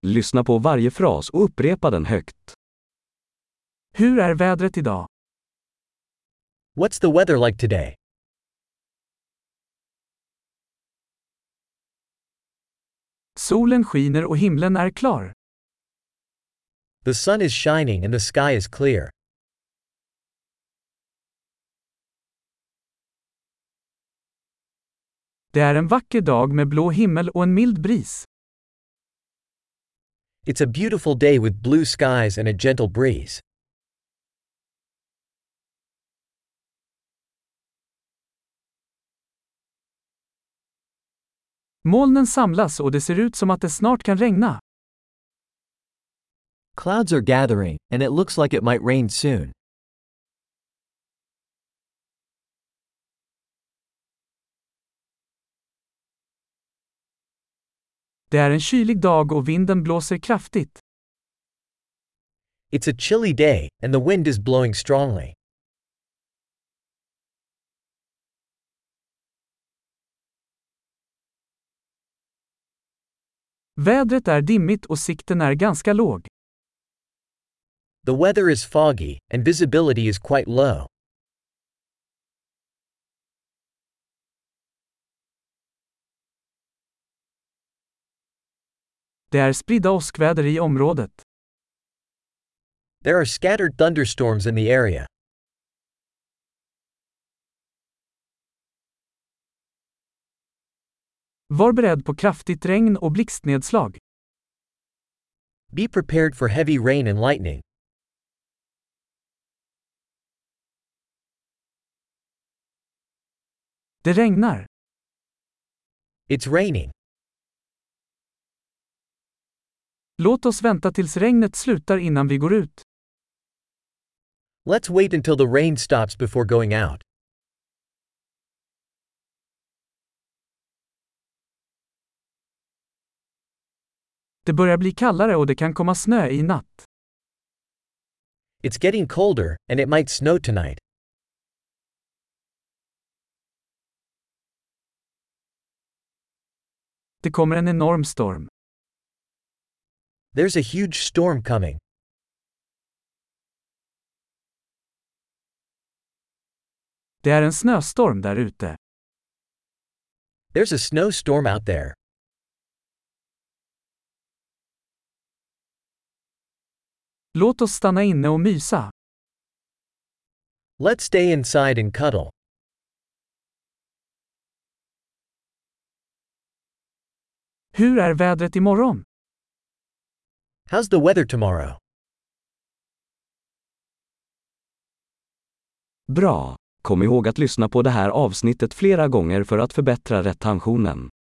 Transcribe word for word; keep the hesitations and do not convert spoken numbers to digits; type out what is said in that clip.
Lyssna på varje fras och upprepa den högt. Hur är vädret idag? What's the weather like today? Solen skiner och himlen är klar. The sun is shining and the sky is clear. Det är en vacker dag med blå himmel och en mild bris. It's a beautiful day with blue skies and a gentle breeze. Molnen samlas och det ser ut som att det snart kan regna. Clouds are gathering, and it looks like it might rain soon. Det är en kylig dag och vinden blåser kraftigt. It's a chilly day, and the wind is blowing strongly. Vädret är dimmigt och sikten är ganska låg. The weather is foggy, and visibility is quite low. Det är spridda åskväder i området. There are scattered thunderstorms in the area. Var beredd på kraftigt regn och blixtnedslag. Be prepared for heavy rain and lightning. Det regnar. It's raining. Låt oss vänta tills regnet slutar innan vi går ut. Let's wait until the rain stops before going out. Det börjar bli kallare och det kan komma snö i natt. It's getting colder, and it might snow tonight. Det kommer en enorm storm. There's a huge storm coming. Det är en snöstorm där ute. There's a snowstorm out there. Låt oss stanna inne och mysa. Let's stay inside and cuddle. Hur är vädret imorgon? How's the weather tomorrow? Bra! Kom ihåg att lyssna på det här avsnittet flera gånger för att förbättra retentionen.